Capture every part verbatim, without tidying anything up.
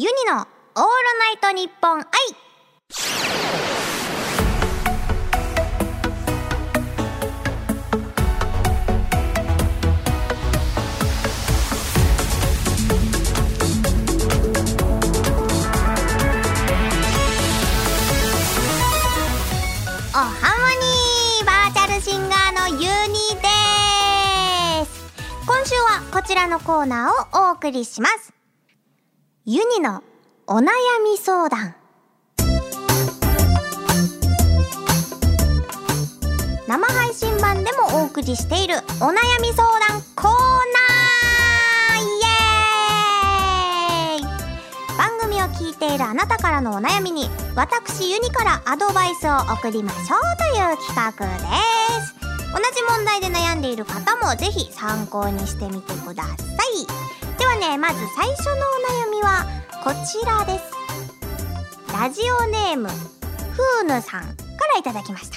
ユニのオールナイトニッポン愛。おハモニー、バーチャルシンガーのユニです。今週はこちらのコーナーをお送りします。ユニのお悩み相談。生配信版でもお送りしているお悩み相談コーナー、イエーイ。番組を聞いているあなたからのお悩みに私ユニからアドバイスを送りましょうという企画です。同じ問題で悩んでいる方もぜひ参考にしてみてください。ではね、まず最初のお悩みはこちらです。ラジオネームふうぬさんからいただきました。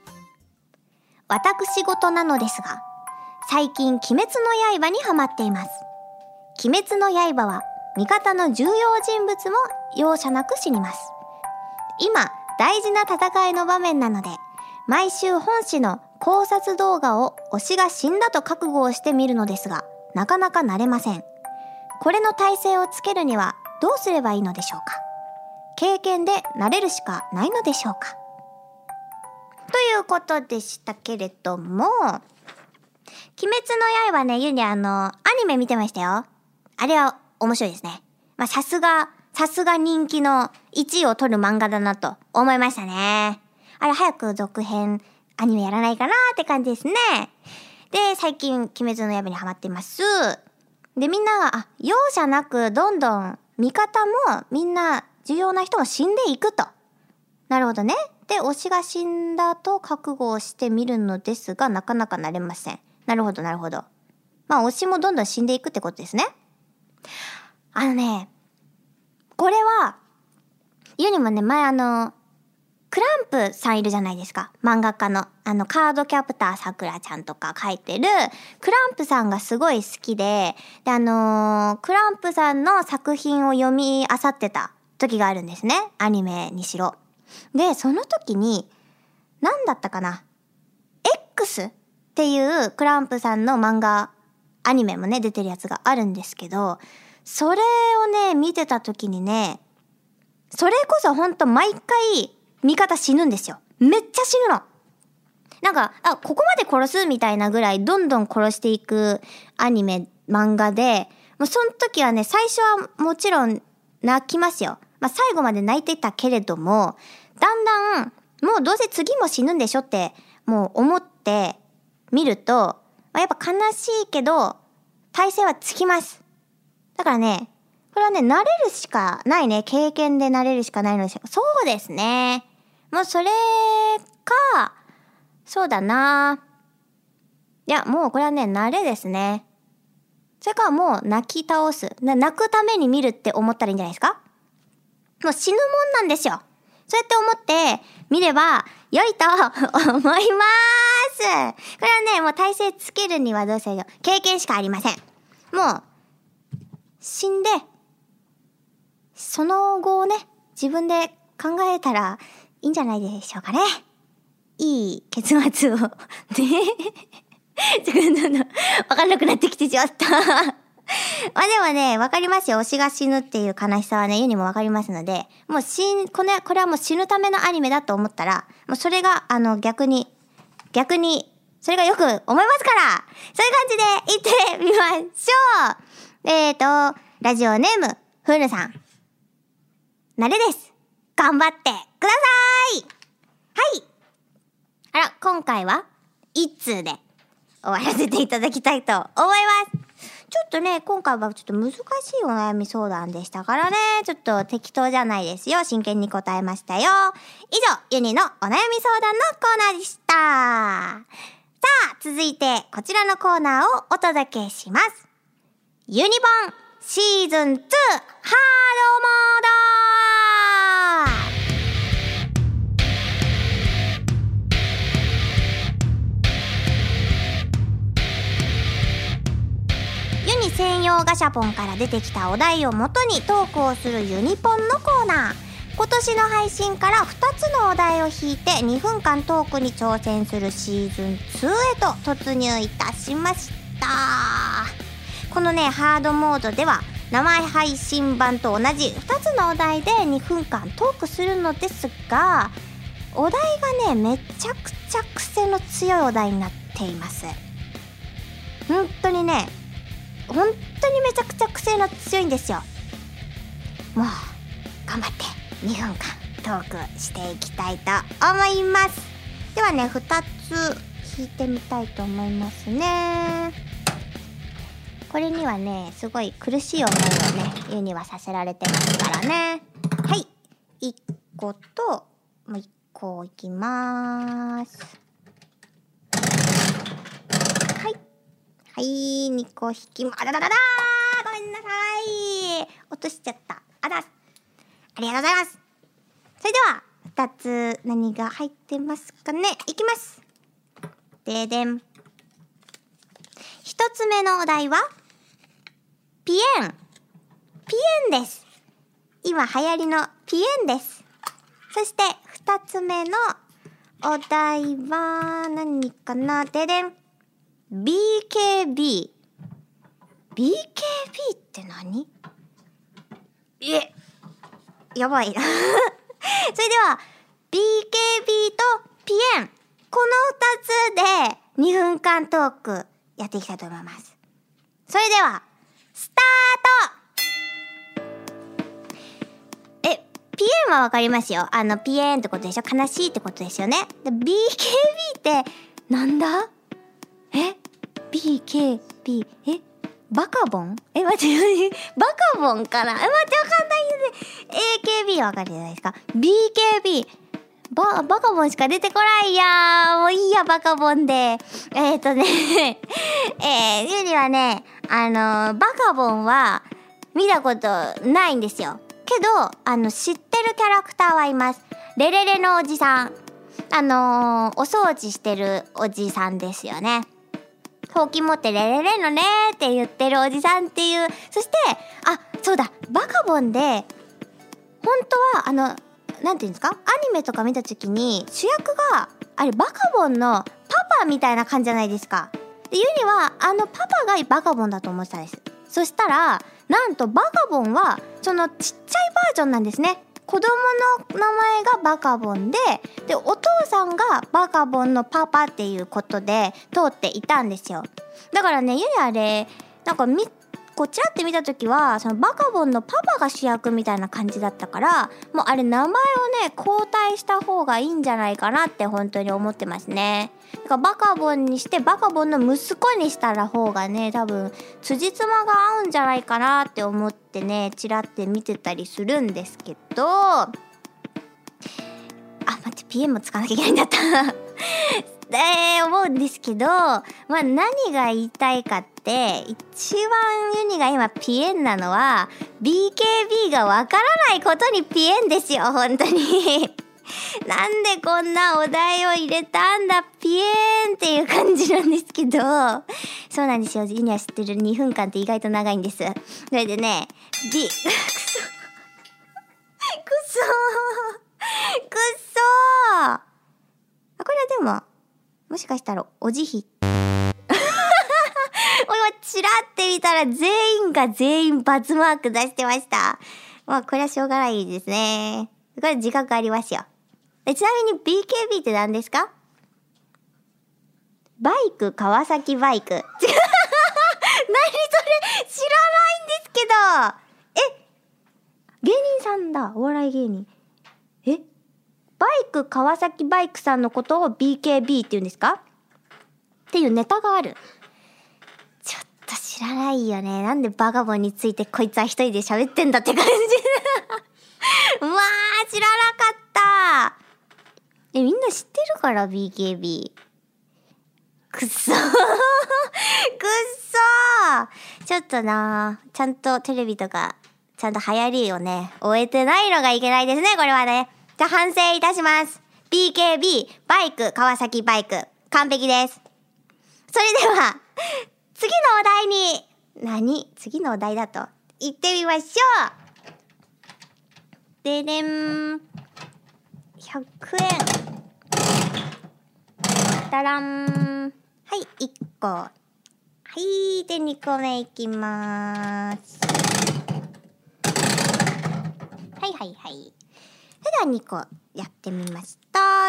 私事なのですが、最近鬼滅の刃にハマっています。鬼滅の刃は味方の重要人物も容赦なく死にます。今大事な戦いの場面なので、毎週本誌の考察動画を推しが死んだと覚悟をしてみるのですが、なかなか慣れません。これの耐性をつけるにはどうすればいいのでしょうか。経験で慣れるしかないのでしょうか。ということでしたけれども、鬼滅の刃ね、ゆにあのアニメ見てましたよ。あれは面白いですね。まあさすがさすが人気のいちいを取る漫画だなと思いましたね。あれ早く続編アニメやらないかなって感じですね。で、最近鬼滅の刃にハマってます。で、みんながあ容赦なくどんどん味方もみんな重要な人も死んでいくと。なるほどね。で、推しが死んだと覚悟をしてみるのですが、なかなかなれません。なるほどなるほど。まあ推しもどんどん死んでいくってことですね。あのね、これはユニもね、前あのクランプさんいるじゃないですか。漫画家のあのカードキャプターさくらちゃんとか書いてるクランプさんがすごい好きで、であのー、クランプさんの作品を読み漁ってた時があるんですね。アニメにしろ。で、その時に何だったかな、 X っていうクランプさんの漫画アニメもね出てるやつがあるんですけど、それをね見てた時にね、それこそほんと毎回味方死ぬんですよ。めっちゃ死ぬの。なんかあここまで殺すみたいなぐらいどんどん殺していくアニメ漫画で、もうその時はね、最初はもちろん泣きますよ。まあ最後まで泣いてたけれども、だんだんもうどうせ次も死ぬんでしょってもう思ってみると、まあ、やっぱ悲しいけど耐性はつきます。だからね、これはね、慣れるしかないね。経験で慣れるしかないのでしょう。そうですね。もうそれか、そうだな。いや、もうこれはね、慣れですね。それからもう泣き倒す。泣くために見るって思ったらいいんじゃないですか。もう死ぬもんなんですよ。そうやって思って見れば良いと思います。これはね、もう耐性つけるにはどうせよ。経験しかありません。もう、死んで、その後をね、自分で考えたらいいんじゃないでしょうかね。いい結末を。ね。ちょっと、わかんなくなってきてしまった。まあでもね、わかりますよ。推しが死ぬっていう悲しさはね、ユニもわかりますので、もう死ん、これ、これはもう死ぬためのアニメだと思ったら、もうそれが、あの、逆に、逆に、それがよく思いますから、そういう感じで言ってみましょう。えーと、ラジオネーム、ふうぬさん。慣れです。頑張ってください。はい。あら、今回は一通で終わらせていただきたいと思います。ちょっとね、今回はちょっと難しいお悩み相談でしたからね、ちょっと適当じゃないですよ。真剣に答えましたよ。以上、ユニのお悩み相談のコーナーでした。さあ、続いてこちらのコーナーをお届けします。ユニボンシーズンツーハードモード。ユニ専用ガシャポンから出てきたお題をもとにトークをするユニポンのコーナー。今年の配信からふたつのお題を引いてにふんかんトークに挑戦するシーズンツーへと突入いたしました。このねハードモードでは生配信版と同じふたつのお題でにふんかんトークするのですが、お題がねめちゃくちゃ癖の強いお題になっています。本当にね本当にめちゃくちゃ癖の強いんですよ。もう頑張ってにふんかんトークしていきたいと思います。ではねふたつ引いてみたいと思いますね。これにはねすごい苦しい思いをねユにはさせられてますからね。はい、いっこともういっこいきまーす。はいはい、にこ引きまあららららー、ごめんなさい、落としちゃった。あらありがとうございます。それではふたつ何が入ってますかね。いきます。ででん。ひとつめのお題はピエンピエンです。今流行りのピエンです。そしてふたつめのお題は何かな。ででん。 ビーケービー ビーケービー って何？えやばいなそれでは ビーケービー とピエン、このふたつでにふんかんトークやっていきたいと思います。それではスタート。え、ピエンはわかりますよ。あのピエンってことでしょ。悲しいってことですよね。で ビーケービー ってなんだ？え ビーケービー えバカボン？え、待って待って、バカボンかな？え、待ってわかんないですね。エーケービー はわかるじゃないですか。ビーケービー。バ、バカボンしか出てこないやー。もういいや、バカボンで。えーっとね、えー、ゆりはね、あのー、バカボンは見たことないんですよ。けど、あの、知ってるキャラクターはいます。レレレのおじさん。あのー、お掃除してるおじさんですよね。ほうき持ってレレレのねーって言ってるおじさんっていう。そして、あ、そうだ、バカボンで、本当は、あの、なんていうんですか？アニメとか見たときに、主役が、あれ、バカボンのパパみたいな感じじゃないですか。で、ユニは、あのパパがバカボンだと思ってたんです。そしたら、なんとバカボンは、そのちっちゃいバージョンなんですね。子供の名前がバカボンで、で、お父さんがバカボンのパパっていうことで通っていたんですよ。だからね、ゆりあれ、なんかみ、こうちらって見たときは、そのバカボンのパパが主役みたいな感じだったから、もうあれ名前をね、交代した方がいいんじゃないかなって本当に思ってますね。だからバカボンにしてバカボンの息子にしたら方がね、多分辻褄が合うんじゃないかなって思ってね、ちらって見てたりするんですけど、あ、待って、ピーエム も使わなきゃいけないんだったえー、思うんですけど、まあ何が言いたいかって、一番ユニが今ピエンなのは ビーケービー がわからないことにピエンですよ、本当になんでこんなお題を入れたんだピエンっていう感じなんですけど、そうなんですよ、ユニは知ってるにふんかんって意外と長いんです。それでね、ビくそくそくそこれはでももしかしたらお慈悲今チラって見たら全員が全員バツマーク出してました。まあこれはしょうがないですね。これ自覚ありますよ。え、ちなみに ビーケービー って何ですか？バイク、川崎バイク何それ知らないんですけど。え、芸人さんだ、お笑い芸人。え、バイク川崎バイクさんのことを ビーケービー って言うんですか？っていうネタがある。ちょっと知らないよね。なんでバカボンについてこいつは一人で喋ってんだって感じうわー、知らなかった。え、みんな知ってるから ビーケービー。くっそーくっそー。ちょっとなー、ちゃんとテレビとかちゃんと流行りをね終えてないのがいけないですね、これはね。じゃあ反省いたします。 ビーケービー バイク川崎バイク完璧です。それでは次のお題に何？次のお題だと。行ってみましょう。ででん。ひゃくえん。たらん。はい、いっこ。はい、で、にこめいきまーす。はいはいはい。それではにこやってみました。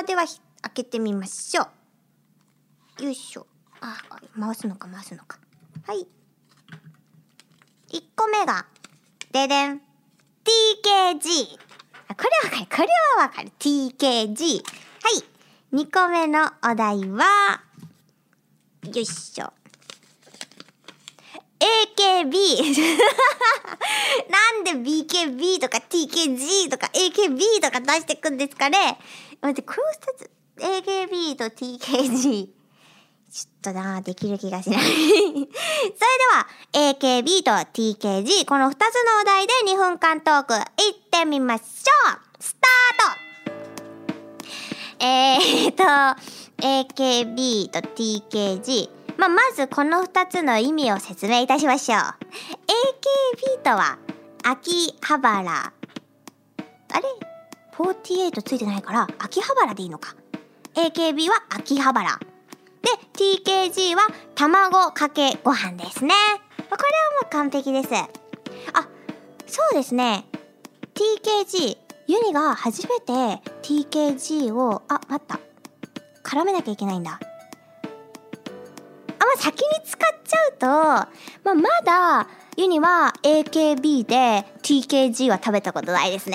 では、開けてみましょう。よいしょ。あ、回すのか回すのか。はい。いっこめが、ででん。ティーケージー。これはわかる。これはわかる。ティーケージー。はい。にこめのお題は、よいしょ。エーケービー。なんで ビーケービー とか ティーケージー とか エーケービー とか出してくんですかね。待って、このふたつ、エーケービー と ティーケージー。ちょっとな、できる気がしない。それでは、エーケービー と ティーケージー、このふたつのお題でにふんかんトーク、いってみましょう。スタート。えーと、エーケービー と ティーケージー、まあ、まずこのふたつの意味を説明いたしましょう。エーケービー とは秋葉原。あれ ?よんじゅうはち ついてないから秋葉原でいいのか。エーケービー は秋葉原。で、ティーケージー は卵かけご飯ですね。これはもう完璧です。あ、そうですね。ティーケージー、ユニが初めて ティーケージー を、あ、待った。絡めなきゃいけないんだ。あ、まあ、先に使っちゃうと、まあ、まだユニは エーケービー で ティーケージー は食べたことないですね。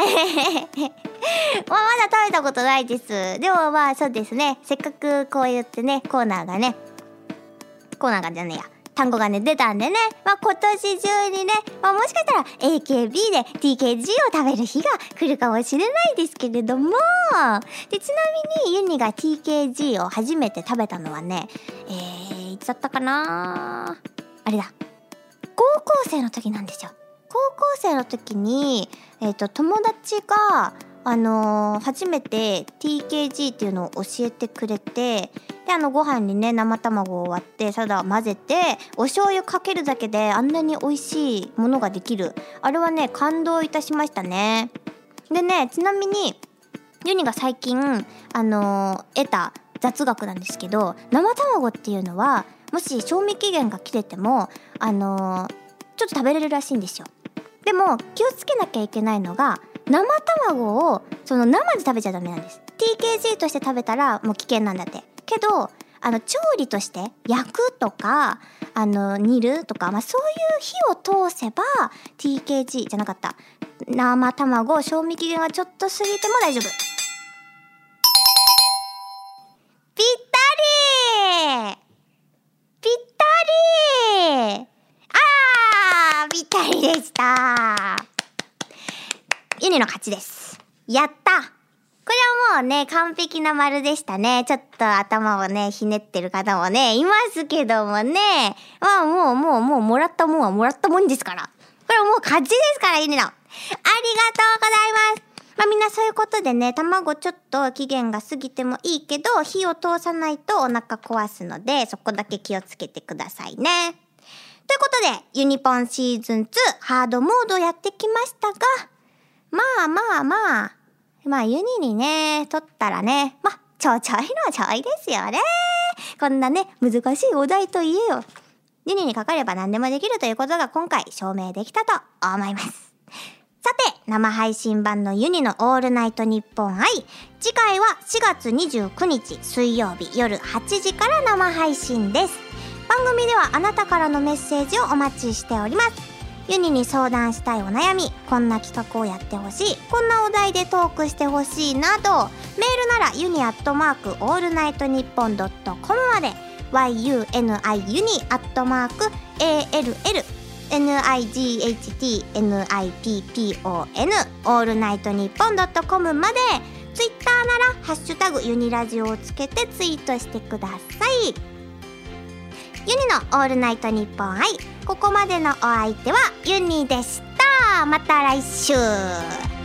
まあ、まだ食べたことないです。でもまあそうですね。せっかくこう言ってね、コーナーがね、コーナーがじゃねえや。単語がね、出たんでね。まあ今年中にね、まあもしかしたら エーケービー で ティーケージー を食べる日が来るかもしれないですけれども。で、ちなみにユニが ティーケージー を初めて食べたのはね、えー、いつだったかなあれだ。高校生の時なんですよ。高校生の時に、えっと、友達が、あのー、初めて ティーケージー っていうのを教えてくれて、で、あの、ご飯にね、生卵を割って、サラダを混ぜて、お醤油かけるだけであんなに美味しいものができる。あれはね、感動いたしましたね。でね、ちなみに、ユニが最近、あのー、得た雑学なんですけど、生卵っていうのは、もし賞味期限が切れても、あのー、ちょっと食べれるらしいんですよ。でも、気をつけなきゃいけないのが、生卵をその生で食べちゃダメなんです。 ティーケージー として食べたらもう危険なんだって。けどあの調理として焼くとかあの煮るとか、まあ、そういう火を通せば ティーケージー じゃなかった生卵賞味期限がちょっと過ぎても大丈夫。ぴったりぴったりあーぴったりでした。ユニの勝ちです。やった。これはもうね、完璧な丸でしたね。ちょっと頭をね、ひねってる方もね、いますけどもね。まあもうもうもうもらったもんはもらったもんですから。これはもう勝ちですから、ユニの。ありがとうございます。まあみんなそういうことでね、卵ちょっと期限が過ぎてもいいけど、火を通さないとお腹壊すので、そこだけ気をつけてくださいね。ということで、ユニポンシーズンツーハードモードやってきましたが、まあまあまあ、まあユニにね、取ったらね、まあちょちょいのちょいですよね。こんなね、難しいお題と言えよ。ユニにかかれば何でもできるということが今回証明できたと思います。さて、生配信版のユニのオールナイトニッポン愛。次回はしがつにじゅうくにち水曜日夜はちじから生配信です。番組ではあなたからのメッセージをお待ちしております。ユニに相談したいお悩み、こんな企画をやってほしい、こんなお題でトークしてほしいなど、メールならユニアットマークオールナイトニッポンドットコムまで、ワイユーエヌアイ ユニアットマーク エーエルエルエヌアイジーエイチティーエヌアイピーピーオーエヌ オールナイトニッポンドットコムまで、ツイッターならハッシュタグユニラジオをつけてツイートしてください。ユニのオールナイトニッポン愛、ここまでのお相手はユニでした。また来週。